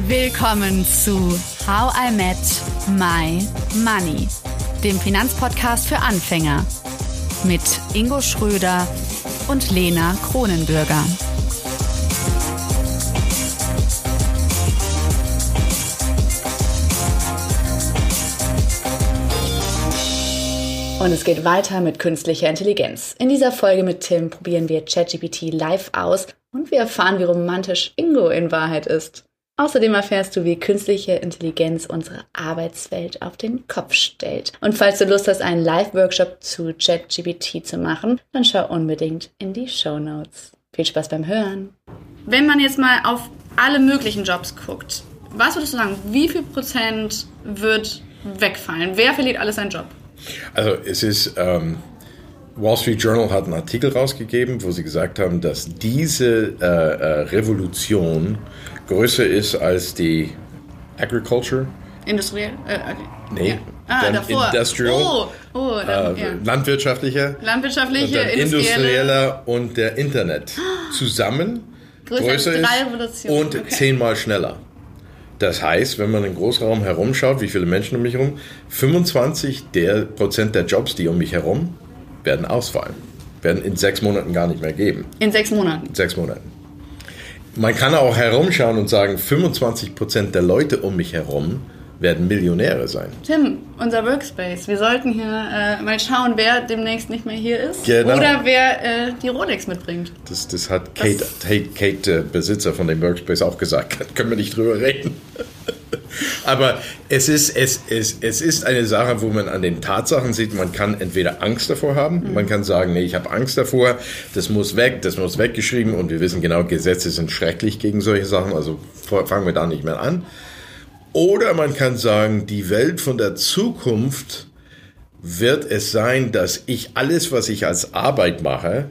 Willkommen zu How I Met My Money, dem Finanzpodcast für Anfänger mit Ingo Schröder und Lena Kronenbürger. Und es geht weiter mit künstlicher Intelligenz. In dieser Folge mit Tim probieren wir ChatGPT live aus und wir erfahren, wie romantisch Ingo in Wahrheit ist. Außerdem erfährst du, wie künstliche Intelligenz unsere Arbeitswelt auf den Kopf stellt. Und falls du Lust hast, einen Live-Workshop zu ChatGPT zu machen, dann schau unbedingt in die Shownotes. Viel Spaß beim Hören. Wenn man jetzt mal auf alle möglichen Jobs guckt, was würdest du sagen, wie viel Prozent wird wegfallen? Wer verliert alles seinen Job? Also es ist, Wall Street Journal hat einen Artikel rausgegeben, wo sie gesagt haben, dass diese Revolution größer ist als die Agriculture. Industriell? Nee, ja. dann davor. Industrial, landwirtschaftlicher, industrieller und der Internet zusammen größer ist und 10-mal schneller. Das heißt, wenn man im Großraum herumschaut, wie viele Menschen um mich herum, 25% der Jobs, die um mich herum, werden ausfallen. Werden in 6 Monaten gar nicht mehr geben. In 6 Monaten? 6 Monaten. Man kann auch herumschauen und sagen, 25% der Leute um mich herum werden Millionäre sein. Tim, unser Workspace. Wir sollten hier mal schauen, wer demnächst nicht mehr hier ist. Genau. Oder wer die Rolex mitbringt. Das hat Kate, Besitzer von dem Workspace, auch gesagt. Da können wir nicht drüber reden. Aber es ist eine Sache, wo man an den Tatsachen sieht, man kann entweder Angst davor haben, man kann sagen, nee, ich habe Angst davor, das muss weg, das muss weggeschrieben und wir wissen genau, Gesetze sind schrecklich gegen solche Sachen, also fangen wir da nicht mehr an. Oder man kann sagen, die Welt von der Zukunft wird es sein, dass ich alles, was ich als Arbeit mache,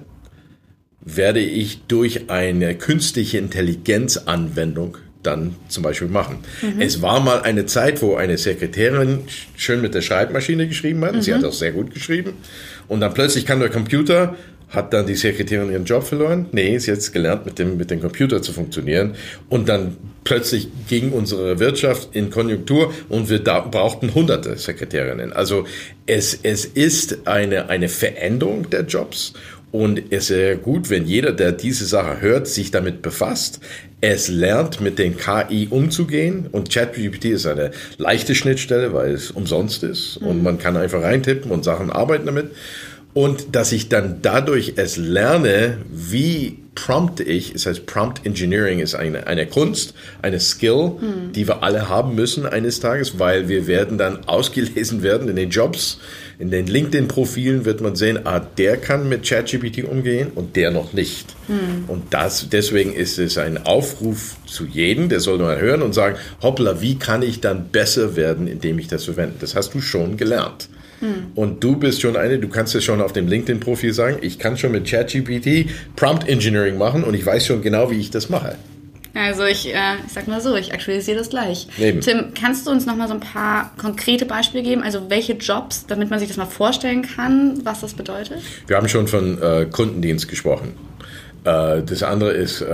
werde ich durch eine künstliche Intelligenzanwendung dann zum Beispiel machen. Es war mal eine Zeit, wo eine Sekretärin schön mit der Schreibmaschine geschrieben hat. Sie hat auch sehr gut geschrieben. Und dann plötzlich kam der Computer. Hat dann die Sekretärin ihren Job verloren? Nee, sie hat jetzt gelernt, mit dem Computer zu funktionieren. Und dann plötzlich ging unsere Wirtschaft in Konjunktur und wir brauchten hunderte Sekretärinnen. Also es ist eine Veränderung der Jobs. Und es wäre gut, wenn jeder, der diese Sache hört, sich damit befasst. Es lernt, mit den KI umzugehen. Und ChatGPT ist eine leichte Schnittstelle, weil es umsonst ist. Und man kann einfach reintippen und Sachen arbeiten damit. Und dass ich dann dadurch es lerne, wie prompte ich, es heißt Prompt Engineering ist eine Kunst, eine Skill, die wir alle haben müssen eines Tages, weil wir werden dann ausgelesen werden in den Jobs, in den LinkedIn-Profilen wird man sehen, der kann mit ChatGPT umgehen und der noch nicht. Und deswegen ist es ein Aufruf zu jedem, der soll mal hören und sagen, hoppla, wie kann ich dann besser werden, indem ich das verwende? Das hast du schon gelernt. Und du bist schon du kannst es schon auf dem LinkedIn-Profil sagen, ich kann schon mit ChatGPT Prompt Engineering machen und ich weiß schon genau, wie ich das mache. Also ich sag mal so, ich aktualisiere das gleich. Eben. Tim, kannst du uns noch mal so ein paar konkrete Beispiele geben? Also welche Jobs, damit man sich das mal vorstellen kann, was das bedeutet? Wir haben schon von Kundendienst gesprochen. Das andere ist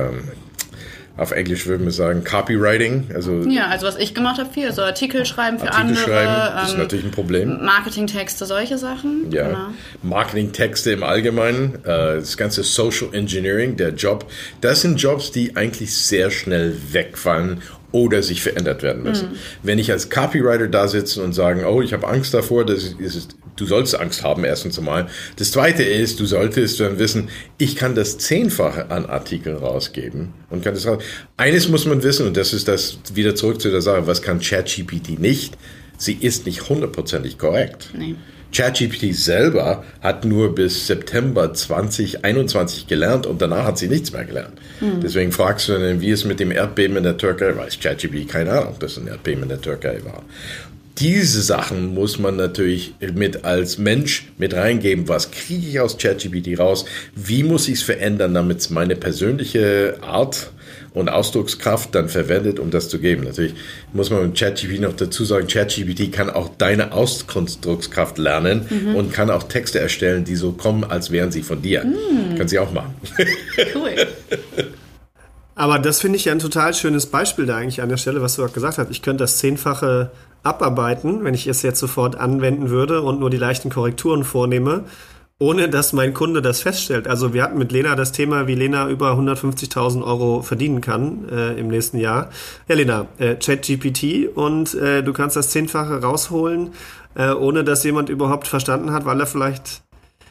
auf Englisch würden wir sagen Copywriting. Also was ich gemacht habe, viel. So Artikel schreiben für Artikel andere. Schreiben, das ist natürlich ein Problem. Marketingtexte, solche Sachen. Ja, genau. Marketingtexte im Allgemeinen. Das ganze Social Engineering, der Job. Das sind Jobs, die eigentlich sehr schnell wegfallen oder sich verändert werden müssen. Wenn ich als Copywriter da sitze und sage, oh, ich habe Angst davor, du sollst Angst haben, erstens einmal. Das Zweite ist, du solltest dann wissen, ich kann das 10-fache an Artikeln rausgeben und kann das raus. Eines muss man wissen, und das ist das, wieder zurück zu der Sache, was kann ChatGPT nicht? Sie ist nicht 100% korrekt. Nee. ChatGPT selber hat nur bis September 2021 gelernt und danach hat sie nichts mehr gelernt. Deswegen fragst du dann, wie es mit dem Erdbeben in der Türkei war. ChatGPT keine Ahnung, dass ein Erdbeben in der Türkei war. Diese Sachen muss man natürlich als Mensch mit reingeben. Was kriege ich aus ChatGPT raus? Wie muss ich es verändern, damit es meine persönliche Art und Ausdruckskraft dann verwendet, um das zu geben. Natürlich muss man mit ChatGPT noch dazu sagen, ChatGPT kann auch deine Ausdruckskraft lernen und kann auch Texte erstellen, die so kommen, als wären sie von dir. Kann sie auch machen. Cool. Aber das finde ich ja ein total schönes Beispiel da eigentlich an der Stelle, was du auch gesagt hast. Ich könnte das 10-fache abarbeiten, wenn ich es jetzt sofort anwenden würde und nur die leichten Korrekturen vornehme, ohne dass mein Kunde das feststellt. Also wir hatten mit Lena das Thema, wie Lena über 150.000 Euro verdienen kann im nächsten Jahr. Ja, Lena, ChatGPT und du kannst das 10-fache rausholen, ohne dass jemand überhaupt verstanden hat, weil er vielleicht,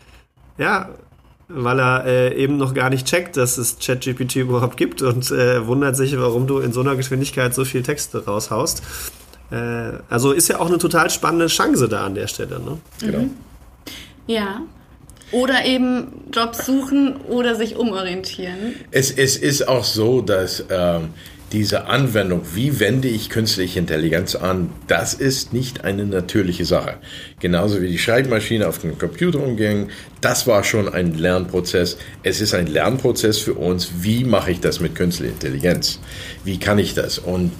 eben noch gar nicht checkt, dass es ChatGPT überhaupt gibt und wundert sich, warum du in so einer Geschwindigkeit so viel Texte raushaust. Also ist ja auch eine total spannende Chance da an der Stelle. Ne? Genau. Ja. Oder eben Jobs suchen oder sich umorientieren. Es ist auch so, dass diese Anwendung, wie wende ich künstliche Intelligenz an, das ist nicht eine natürliche Sache. Genauso wie die Schreibmaschine auf den Computer umging, das war schon ein Lernprozess. Es ist ein Lernprozess für uns, wie mache ich das mit künstlicher Intelligenz? Wie kann ich das? Und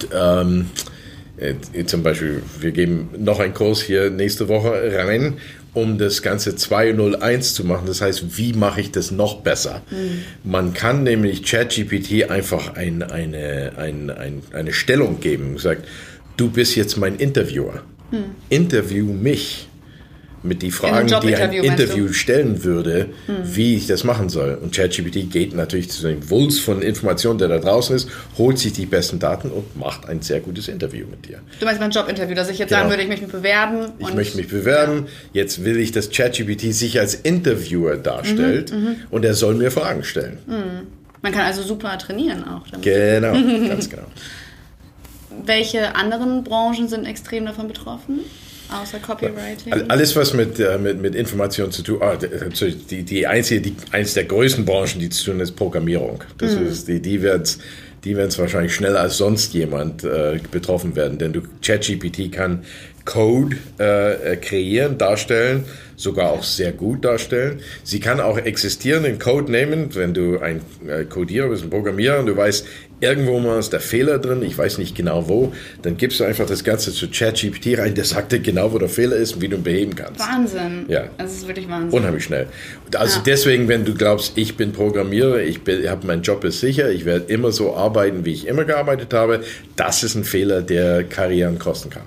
zum Beispiel, wir geben noch einen Kurs hier nächste Woche rein, um das Ganze 201 zu machen. Das heißt, wie mache ich das noch besser? Man kann nämlich ChatGPT einfach eine Stellung geben und sagt, du bist jetzt mein Interviewer. Interview mich mit die Fragen, die ein Interview stellen würde, wie ich das machen soll. Und ChatGPT geht natürlich zu dem Wulst von Informationen, der da draußen ist, holt sich die besten Daten und macht ein sehr gutes Interview mit dir. Du meinst mein Jobinterview, dass ich jetzt sagen würde, ich möchte mich bewerben. Ich möchte mich bewerben, jetzt will ich, dass ChatGPT sich als Interviewer darstellt und er soll mir Fragen stellen. Man kann also super trainieren auch damit. Genau, ganz genau. Welche anderen Branchen sind extrem davon betroffen? Außer Copywriting? Alles, was mit Informationen zu tun hat. Eins der größten Branchen, die zu tun ist Programmierung. Das ist, die werden es wahrscheinlich schneller als sonst jemand betroffen werden. Denn ChatGPT kann Code kreieren, darstellen, sogar auch sehr gut darstellen. Sie kann auch existierenden Code nehmen, wenn du ein Codierer bist, ein Programmierer und du weißt, irgendwo mal ist der Fehler drin, ich weiß nicht genau wo, dann gibst du einfach das Ganze zu ChatGPT rein, der sagt dir genau, wo der Fehler ist und wie du ihn beheben kannst. Wahnsinn. Ja. Das ist wirklich Wahnsinn. Unheimlich schnell. Also deswegen, wenn du glaubst, ich bin Programmierer, mein Job ist sicher, ich werde immer so arbeiten, wie ich immer gearbeitet habe, das ist ein Fehler, der Karrieren kosten kann.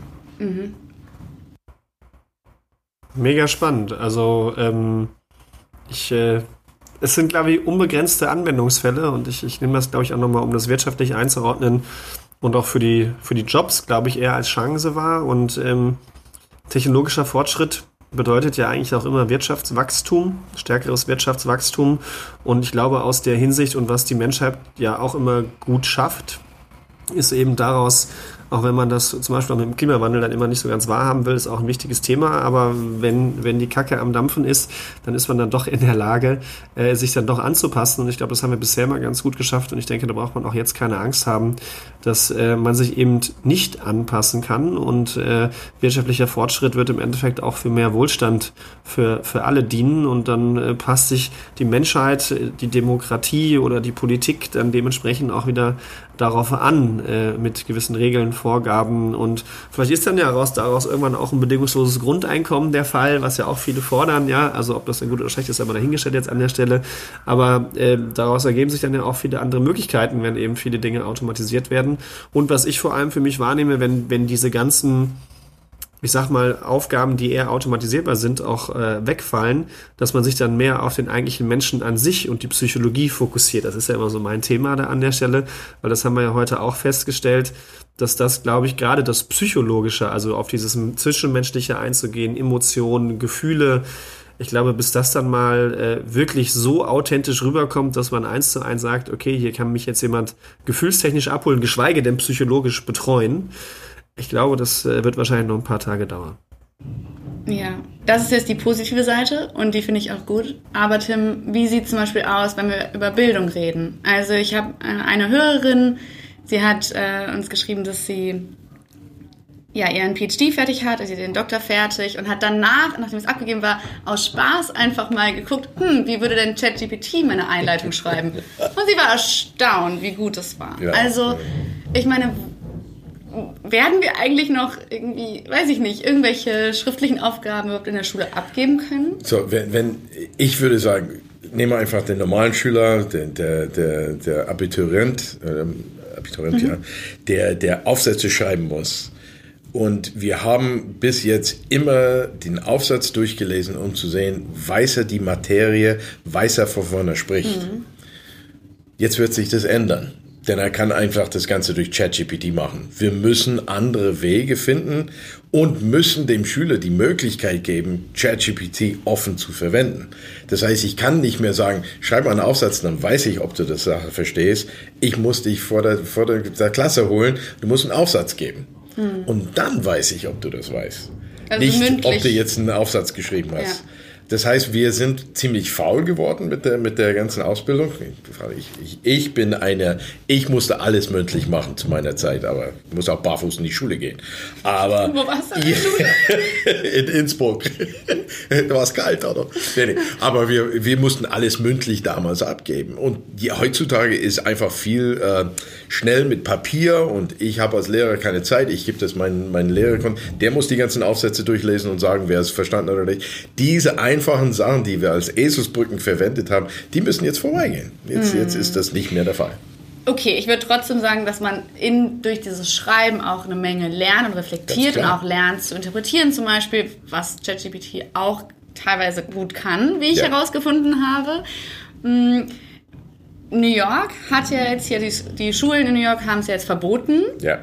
Mega spannend. Also es sind, glaube ich, unbegrenzte Anwendungsfälle und ich nehme das, glaube ich, auch nochmal, um das wirtschaftlich einzuordnen und auch für die Jobs, glaube ich, eher als Chance wahr. Und technologischer Fortschritt bedeutet ja eigentlich auch immer Wirtschaftswachstum, stärkeres Wirtschaftswachstum. Und ich glaube, aus der Hinsicht und was die Menschheit ja auch immer gut schafft, ist eben daraus, auch wenn man das zum Beispiel auch mit dem Klimawandel dann immer nicht so ganz wahrhaben will, ist auch ein wichtiges Thema. Aber wenn die Kacke am Dampfen ist, dann ist man dann doch in der Lage, sich dann doch anzupassen. Und ich glaube, das haben wir bisher mal ganz gut geschafft. Und ich denke, da braucht man auch jetzt keine Angst haben, dass man sich eben nicht anpassen kann. Und wirtschaftlicher Fortschritt wird im Endeffekt auch für mehr Wohlstand für alle dienen. Und dann passt sich die Menschheit, die Demokratie oder die Politik dann dementsprechend auch wieder darauf an, mit gewissen Regeln, Vorgaben, und vielleicht ist dann ja daraus irgendwann auch ein bedingungsloses Grundeinkommen der Fall, was ja auch viele fordern, ja, also ob das dann gut oder schlecht ist, aber dahingestellt jetzt an der Stelle, aber daraus ergeben sich dann ja auch viele andere Möglichkeiten, wenn eben viele Dinge automatisiert werden. Und was ich vor allem für mich wahrnehme, wenn diese ganzen, ich sag mal, Aufgaben, die eher automatisierbar sind, auch wegfallen, dass man sich dann mehr auf den eigentlichen Menschen an sich und die Psychologie fokussiert. Das ist ja immer so mein Thema da an der Stelle, weil das haben wir ja heute auch festgestellt, dass das, glaube ich, gerade das Psychologische, also auf dieses Zwischenmenschliche einzugehen, Emotionen, Gefühle, ich glaube, bis das dann mal wirklich so authentisch rüberkommt, dass man 1:1 sagt, okay, hier kann mich jetzt jemand gefühlstechnisch abholen, geschweige denn psychologisch betreuen. Ich glaube, das wird wahrscheinlich noch ein paar Tage dauern. Ja, das ist jetzt die positive Seite und die finde ich auch gut. Aber Tim, wie sieht es zum Beispiel aus, wenn wir über Bildung reden? Also ich habe eine Hörerin, sie hat uns geschrieben, dass sie ihren PhD fertig hat, also den Doktor fertig, und hat danach, nachdem es abgegeben war, aus Spaß einfach mal geguckt, wie würde denn ChatGPT meine Einleitung schreiben? Und sie war erstaunt, wie gut das war. Ja. Also, ich meine, werden wir eigentlich noch irgendwie, weiß ich nicht, irgendwelche schriftlichen Aufgaben überhaupt in der Schule abgeben können? So, wenn ich würde sagen, nehme einfach den normalen Schüler, der Abiturient, ja, der Aufsätze schreiben muss. Und wir haben bis jetzt immer den Aufsatz durchgelesen, um zu sehen, weiß er die Materie, weiß er, wovon er spricht. Jetzt wird sich das ändern, denn er kann einfach das Ganze durch ChatGPT machen. Wir müssen andere Wege finden und müssen dem Schüler die Möglichkeit geben, ChatGPT offen zu verwenden. Das heißt, ich kann nicht mehr sagen, schreib mal einen Aufsatz, dann weiß ich, ob du das Sache verstehst. Ich muss dich vor der Klasse holen, du musst einen Aufsatz geben. Und dann weiß ich, ob du das weißt. Also nicht, mündlich. Ob du jetzt einen Aufsatz geschrieben hast. Ja. Das heißt, wir sind ziemlich faul geworden mit der ganzen Ausbildung. Ich musste alles mündlich machen zu meiner Zeit, aber ich musste auch barfuß in die Schule gehen. Aber wo warst du in der Schule? In Innsbruck. Da war es kalt, oder? Nee. Aber wir mussten alles mündlich damals abgeben. Und heutzutage ist einfach viel schnell mit Papier und ich habe als Lehrer keine Zeit. Ich gebe das meinen Lehrer, der muss die ganzen Aufsätze durchlesen und sagen, wer es verstanden hat oder nicht. Diese einfachen Sachen, die wir als Eselsbrücken verwendet haben, die müssen jetzt vorbeigehen. Jetzt ist das nicht mehr der Fall. Okay, ich würde trotzdem sagen, dass man durch dieses Schreiben auch eine Menge lernt und reflektiert und auch lernt zu interpretieren, zum Beispiel, was ChatGPT auch teilweise gut kann, wie ich herausgefunden habe. New York hat ja jetzt hier, die Schulen in New York haben es ja jetzt verboten. Ja.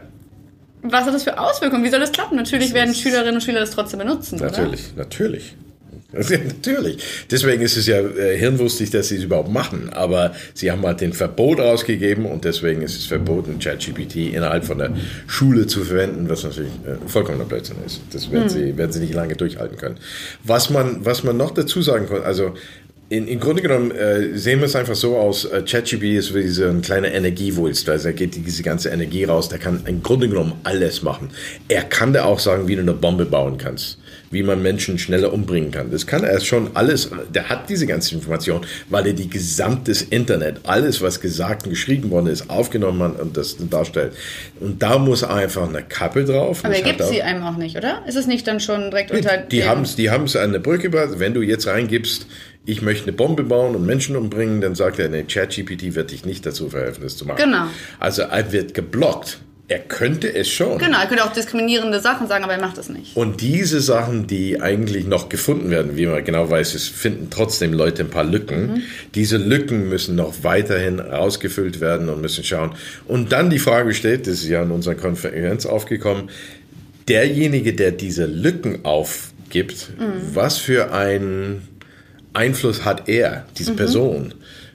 Was hat das für Auswirkungen? Wie soll das klappen? Natürlich werden Schülerinnen und Schüler das trotzdem benutzen, Natürlich. Natürlich. Deswegen ist es ja hirnwurstig, dass sie es überhaupt machen. Aber sie haben halt den Verbot rausgegeben und deswegen ist es verboten, ChatGPT innerhalb von der Schule zu verwenden, was natürlich vollkommener Blödsinn ist. Das werden sie nicht lange durchhalten können. Was man noch dazu sagen kann, also im Grunde genommen sehen wir es einfach so aus, ChatGPT ist wie so ein kleiner Energiewulst, also da geht diese ganze Energie raus, der kann im Grunde genommen alles machen. Er kann dir auch sagen, wie du eine Bombe bauen kannst, wie man Menschen schneller umbringen kann. Das kann er schon alles, der hat diese ganze Information, weil er die gesamtes Internet, alles was gesagt und geschrieben worden ist, aufgenommen hat und das darstellt. Und da muss einfach eine Kappe drauf. Aber er gibt sie einem auch nicht, oder? Ist es nicht dann schon direkt unter Die haben es an der Brücke, wenn du jetzt reingibst, ich möchte eine Bombe bauen und Menschen umbringen, dann sagt er, nee, ChatGPT wird dich nicht dazu verhelfen, das zu machen. Genau. Also er wird geblockt. Er könnte es schon. Genau, er könnte auch diskriminierende Sachen sagen, aber er macht es nicht. Und diese Sachen, die eigentlich noch gefunden werden, wie man genau weiß, es finden trotzdem Leute ein paar Lücken. Diese Lücken müssen noch weiterhin ausgefüllt werden und müssen schauen. Und dann die Frage steht, das ist ja in unserer Konferenz aufgekommen, derjenige, der diese Lücken aufgibt, was für einen Einfluss hat er, diese Person?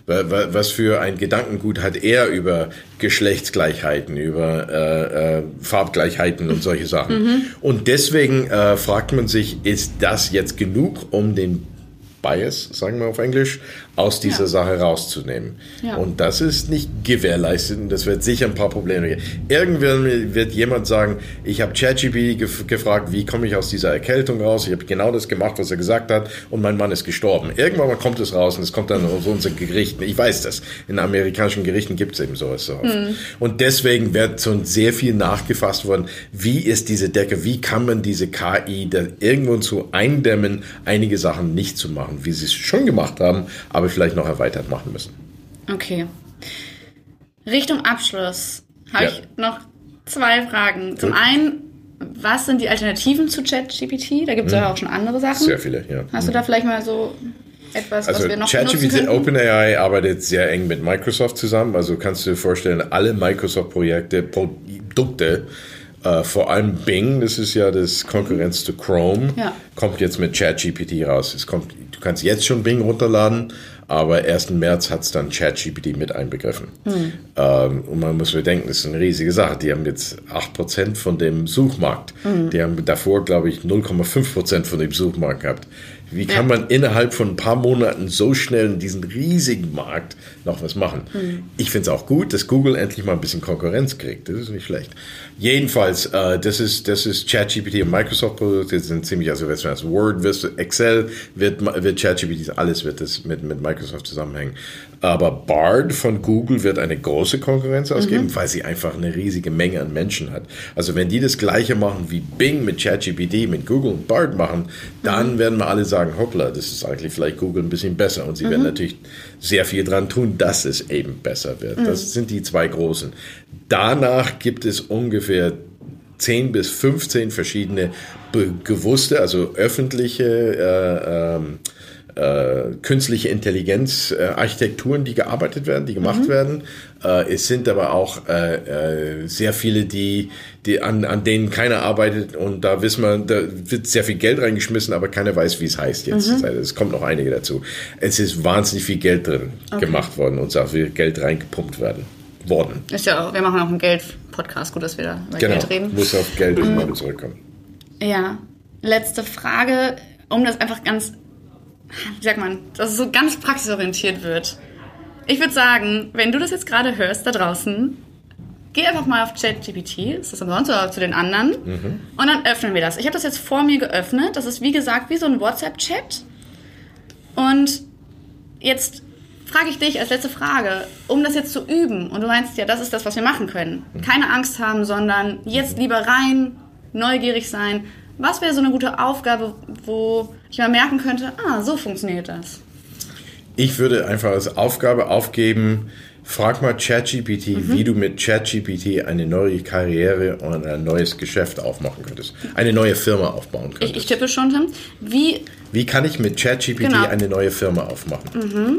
Was für ein Gedankengut hat er über Geschlechtsgleichheiten, über Farbgleichheiten und solche Sachen? Und deswegen fragt man sich, ist das jetzt genug, um den Bias, sagen wir auf Englisch, aus dieser Sache rauszunehmen. Ja. Und das ist nicht gewährleistet und das wird sicher ein paar Probleme geben. Irgendwann wird jemand sagen, ich habe ChatGPT gefragt, wie komme ich aus dieser Erkältung raus? Ich habe genau das gemacht, was er gesagt hat und mein Mann ist gestorben. Irgendwann mal kommt es raus und es kommt dann aus unseren Gerichten. Ich weiß das. In amerikanischen Gerichten gibt es eben sowas so oft. Und deswegen wird so sehr viel nachgefasst worden, wie ist diese Decke, wie kann man diese KI da irgendwo zu eindämmen, einige Sachen nicht zu machen, wie sie es schon gemacht haben, aber vielleicht noch erweitert machen müssen. Okay. Richtung Abschluss habe ich noch 2 Fragen. Zum einen, was sind die Alternativen zu ChatGPT? Da gibt es ja auch schon andere Sachen. Sehr viele, ja. Hast du da vielleicht mal so etwas, was wir noch benutzen ChatGPT, könnten? OpenAI arbeitet sehr eng mit Microsoft zusammen. Also kannst du dir vorstellen, alle Microsoft-Produkte, vor allem Bing, das ist ja das Konkurrenz zu Chrome, kommt jetzt mit ChatGPT raus. Du kannst jetzt schon Bing runterladen, aber 1. März hat es dann ChatGPT mit einbegriffen. Und man muss bedenken, das ist eine riesige Sache. Die haben jetzt 8% von dem Suchmarkt. Die haben davor, glaube ich, 0,5% von dem Suchmarkt gehabt. Wie kann man innerhalb von ein paar Monaten so schnell in diesen riesigen Markt noch was machen? Ich finde es auch gut, dass Google endlich mal ein bisschen Konkurrenz kriegt. Das ist nicht schlecht. Jedenfalls, das ist ChatGPT und Microsoft-Produkte sind ziemlich, also Word, Excel, wird ChatGPT, alles wird das mit Microsoft zusammenhängen. Aber Bard von Google wird eine große Konkurrenz ausgeben, weil sie einfach eine riesige Menge an Menschen hat. Also wenn die das Gleiche machen wie Bing mit ChatGPT, mit Google und Bard machen, dann werden wir alle sagen, sagen, hoppla, das ist eigentlich vielleicht Google ein bisschen besser. Und sie werden natürlich sehr viel dran tun, dass es eben besser wird. Das sind die zwei großen. Danach gibt es ungefähr 10 bis 15 verschiedene bewusste, also öffentliche künstliche Intelligenz Architekturen, die gearbeitet werden, die gemacht werden. Es sind aber auch sehr viele, die an denen keiner arbeitet, und da wissen wir, da wird sehr viel Geld reingeschmissen, aber keiner weiß, wie es heißt jetzt. Es kommt noch einige dazu. Es ist wahnsinnig viel Geld drin gemacht worden und sehr viel Geld reingepumpt worden. Ist ja auch, wir machen auch einen Geld-Podcast, gut, dass wir da über Geld reden. Muss auf Geld mal zurückkommen. Ja, letzte Frage, um das einfach ganz, wie sagt man, dass es so ganz praxisorientiert wird. Ich würde sagen, wenn du das jetzt gerade hörst da draußen, geh einfach mal auf ChatGPT, ist das umsonst oder zu den anderen, und dann öffnen wir das. Ich habe das jetzt vor mir geöffnet, das ist wie gesagt wie so ein WhatsApp-Chat, und jetzt frage ich dich als letzte Frage, um das jetzt zu üben, und du meinst ja, das ist das, was wir machen können. Keine Angst haben, sondern jetzt lieber rein, neugierig sein. Was wäre so eine gute Aufgabe, wo ich mal merken könnte, so funktioniert das? Ich würde einfach als Aufgabe aufgeben, frag mal ChatGPT, wie du mit ChatGPT eine neue Karriere und ein neues Geschäft aufmachen könntest. Eine neue Firma aufbauen könntest. Ich tippe schon, Tim. Wie kann ich mit ChatGPT eine neue Firma aufmachen?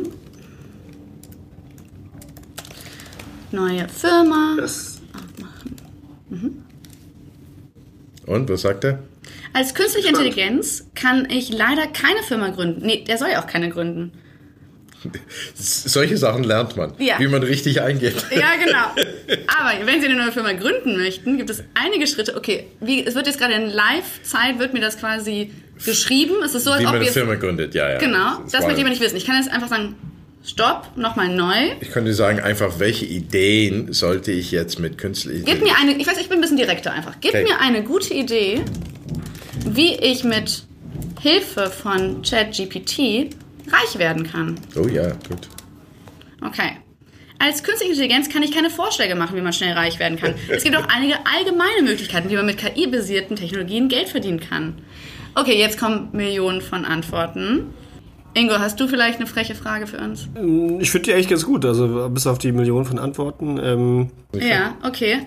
Neue Firma aufmachen. Und, was sagt er? Als künstliche Intelligenz kann ich leider keine Firma gründen. Nee, der soll ja auch keine gründen. Solche Sachen lernt man, wie man richtig eingeht. Ja, genau. Aber wenn Sie eine neue Firma gründen möchten, gibt es einige Schritte. Okay, es wird jetzt gerade in Live-Zeit, wird mir das quasi geschrieben. Es ist so, als wie ob man eine jetzt, Firma gründet, ja. Genau, das möchte ich aber nicht wissen. Ich kann jetzt einfach sagen, stopp, nochmal neu. Ich könnte sagen, einfach, welche Ideen sollte ich jetzt mit künstlicher Gib mir eine, ich weiß, ich bin ein bisschen direkter einfach. Gib mir eine gute Idee, wie ich mit Hilfe von ChatGPT reich werden kann. Oh ja, gut. Okay. Als künstliche Intelligenz kann ich keine Vorschläge machen, wie man schnell reich werden kann. Es gibt auch einige allgemeine Möglichkeiten, wie man mit KI-basierten Technologien Geld verdienen kann. Okay, jetzt kommen Millionen von Antworten. Ingo, hast du vielleicht eine freche Frage für uns? Ich finde die eigentlich ganz gut, also bis auf die Millionen von Antworten. Ja, okay.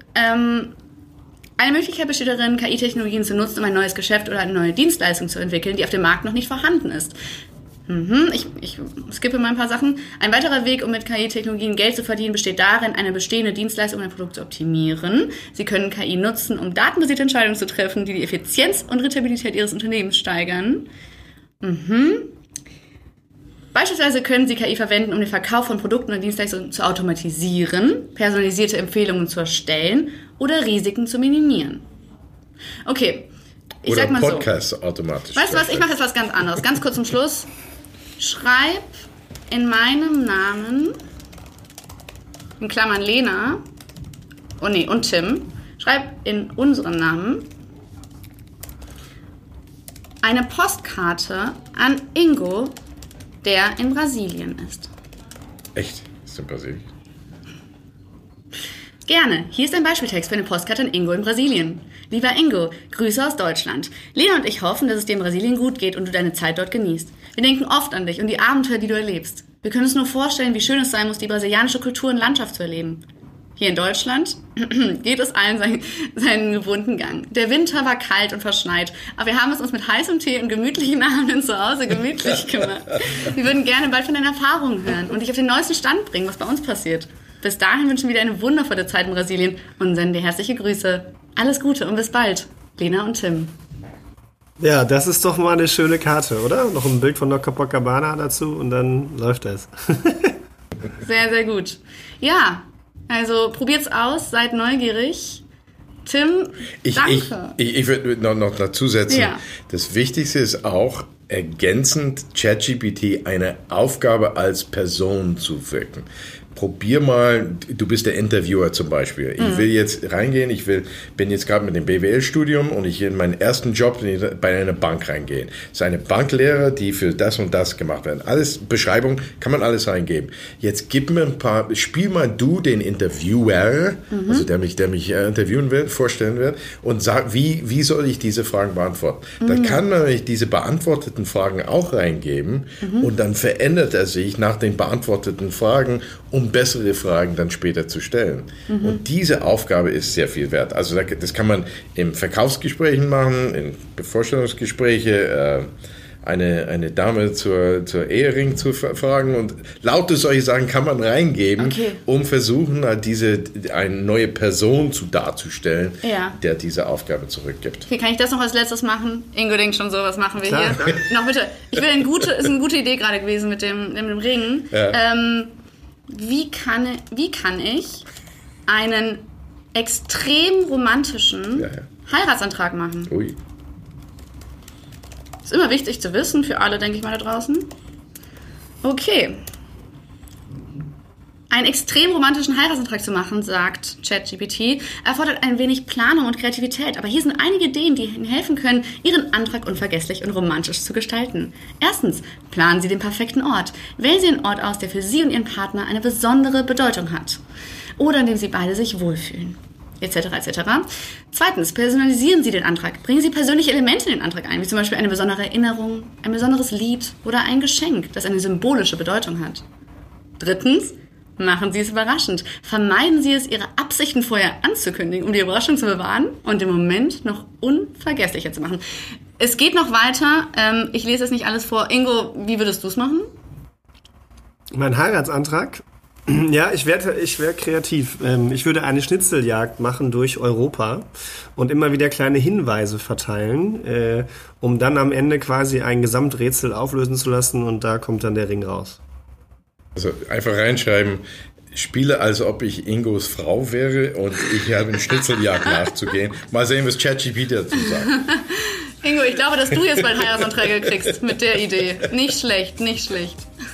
Eine Möglichkeit besteht darin, KI-Technologien zu nutzen, um ein neues Geschäft oder eine neue Dienstleistung zu entwickeln, die auf dem Markt noch nicht vorhanden ist. Ich skippe mal ein paar Sachen. Ein weiterer Weg, um mit KI-Technologien Geld zu verdienen, besteht darin, eine bestehende Dienstleistung oder ein Produkt zu optimieren. Sie können KI nutzen, um datenbasierte Entscheidungen zu treffen, die die Effizienz und Rentabilität Ihres Unternehmens steigern. Beispielsweise können Sie KI verwenden, um den Verkauf von Produkten und Dienstleistungen zu automatisieren, personalisierte Empfehlungen zu erstellen oder Risiken zu minimieren. Okay, ich sag mal so. Oder Podcasts automatisch. Weißt du was, ich mache jetzt was ganz anderes. Ganz kurz zum Schluss. Schreib in meinem Namen, in Klammern Lena, und Tim, schreib in unserem Namen eine Postkarte an Ingo, der in Brasilien ist. Echt? Ist in Brasilien? Gerne. Hier ist ein Beispieltext für eine Postkarte an Ingo in Brasilien. Lieber Ingo, Grüße aus Deutschland. Lena und ich hoffen, dass es dir in Brasilien gut geht und du deine Zeit dort genießt. Wir denken oft an dich und die Abenteuer, die du erlebst. Wir können uns nur vorstellen, wie schön es sein muss, die brasilianische Kultur und Landschaft zu erleben. Hier in Deutschland geht es allen seinen gewohnten Gang. Der Winter war kalt und verschneit, aber wir haben es uns mit heißem Tee und gemütlichen Abenden zu Hause gemütlich gemacht. Wir würden gerne bald von deinen Erfahrungen hören und dich auf den neuesten Stand bringen, was bei uns passiert. Bis dahin wünschen wir dir eine wundervolle Zeit in Brasilien und senden dir herzliche Grüße. Alles Gute und bis bald. Lena und Tim. Ja, das ist doch mal eine schöne Karte, oder? Noch ein Bild von der Copacabana dazu und dann läuft das. Sehr, sehr gut. Ja, also probiert's aus, seid neugierig. Tim, danke. Ich würde noch dazu setzen, das Wichtigste ist auch, ergänzend ChatGPT eine Aufgabe als Person zu wirken. probier mal, du bist der Interviewer zum Beispiel. Ich will jetzt reingehen, bin jetzt gerade mit dem BWL-Studium und ich will in meinen ersten Job bei einer Bank reingehen. Das ist eine Banklehre, die für das und das gemacht werden. Alles, Beschreibung, kann man alles reingeben. Jetzt gib mir spiel mal du den Interviewer, also der mich interviewen wird, vorstellen wird, und sag, wie soll ich diese Fragen beantworten? Dann kann man diese beantworteten Fragen auch reingeben und dann verändert er sich nach den beantworteten Fragen, um bessere Fragen dann später zu stellen. Und diese Aufgabe ist sehr viel wert. Also das kann man in Verkaufsgesprächen machen, in Vorstellungsgespräche, eine Dame zur Ehering zu fragen und lauter solche Sachen kann man reingeben, um versuchen, eine neue Person darzustellen, der diese Aufgabe zurückgibt. Okay, kann ich das noch als letztes machen? Ingo denkt schon so, was machen wir hier? Noch bitte. Ist eine gute Idee gerade gewesen mit dem Ring. Ja. Wie kann ich einen extrem romantischen Heiratsantrag machen? Ui. Ist immer wichtig zu wissen, für alle, denke ich mal, da draußen. Okay. Einen extrem romantischen Heiratsantrag zu machen, sagt ChatGPT, erfordert ein wenig Planung und Kreativität. Aber hier sind einige Ideen, die Ihnen helfen können, Ihren Antrag unvergesslich und romantisch zu gestalten. Erstens, planen Sie den perfekten Ort. Wählen Sie einen Ort aus, der für Sie und Ihren Partner eine besondere Bedeutung hat. Oder in dem Sie beide sich wohlfühlen. Etc. etc. Zweitens, personalisieren Sie den Antrag. Bringen Sie persönliche Elemente in den Antrag ein, wie zum Beispiel eine besondere Erinnerung, ein besonderes Lied oder ein Geschenk, das eine symbolische Bedeutung hat. Drittens, machen Sie es überraschend. Vermeiden Sie es, Ihre Absichten vorher anzukündigen, um die Überraschung zu bewahren und den Moment noch unvergesslicher zu machen. Es geht noch weiter. Ich lese jetzt nicht alles vor. Ingo, wie würdest du es machen? Mein Heiratsantrag? Ja, ich wär kreativ. Ich würde eine Schnitzeljagd machen durch Europa und immer wieder kleine Hinweise verteilen, um dann am Ende quasi ein Gesamträtsel auflösen zu lassen und da kommt dann der Ring raus. Also einfach reinschreiben, spiele, als ob ich Ingos Frau wäre und ich habe eine Schnitzeljagd nachzugehen. Mal sehen, was ChatGPT dazu sagt. Ingo, ich glaube, dass du jetzt bald Heiratsanträge kriegst mit der Idee. Nicht schlecht, nicht schlecht.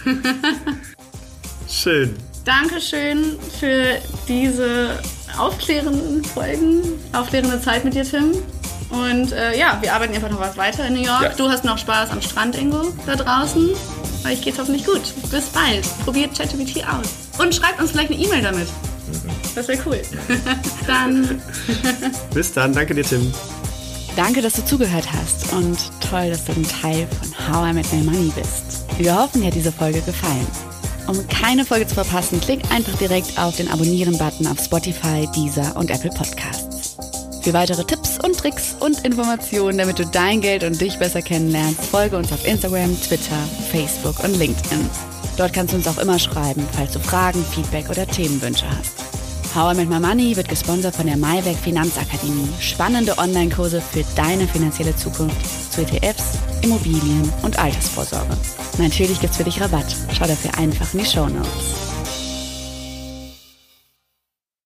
Schön. Dankeschön für diese aufklärenden Folgen, aufklärende Zeit mit dir, Tim. Und wir arbeiten einfach noch was weiter in New York. Ja. Du hast noch Spaß am Strand, Ingo, da draußen. Euch geht's hoffentlich gut. Bis bald. Probiert ChatGPT aus. Und schreibt uns vielleicht eine E-Mail damit. Das wäre cool. Dann. Bis dann. Danke dir, Tim. Danke, dass du zugehört hast. Und toll, dass du ein Teil von How I Met My Money bist. Wir hoffen, dir hat diese Folge gefallen. Um keine Folge zu verpassen, klick einfach direkt auf den Abonnieren-Button auf Spotify, Deezer und Apple Podcasts. Für weitere Tipps und Tricks und Informationen, damit du dein Geld und dich besser kennenlernst, folge uns auf Instagram, Twitter, Facebook und LinkedIn. Dort kannst du uns auch immer schreiben, falls du Fragen, Feedback oder Themenwünsche hast. How I Met My Money wird gesponsert von der Maiweg Finanzakademie. Spannende Online-Kurse für deine finanzielle Zukunft zu ETFs, Immobilien und Altersvorsorge. Natürlich gibt's für dich Rabatt. Schau dafür einfach in die Shownotes.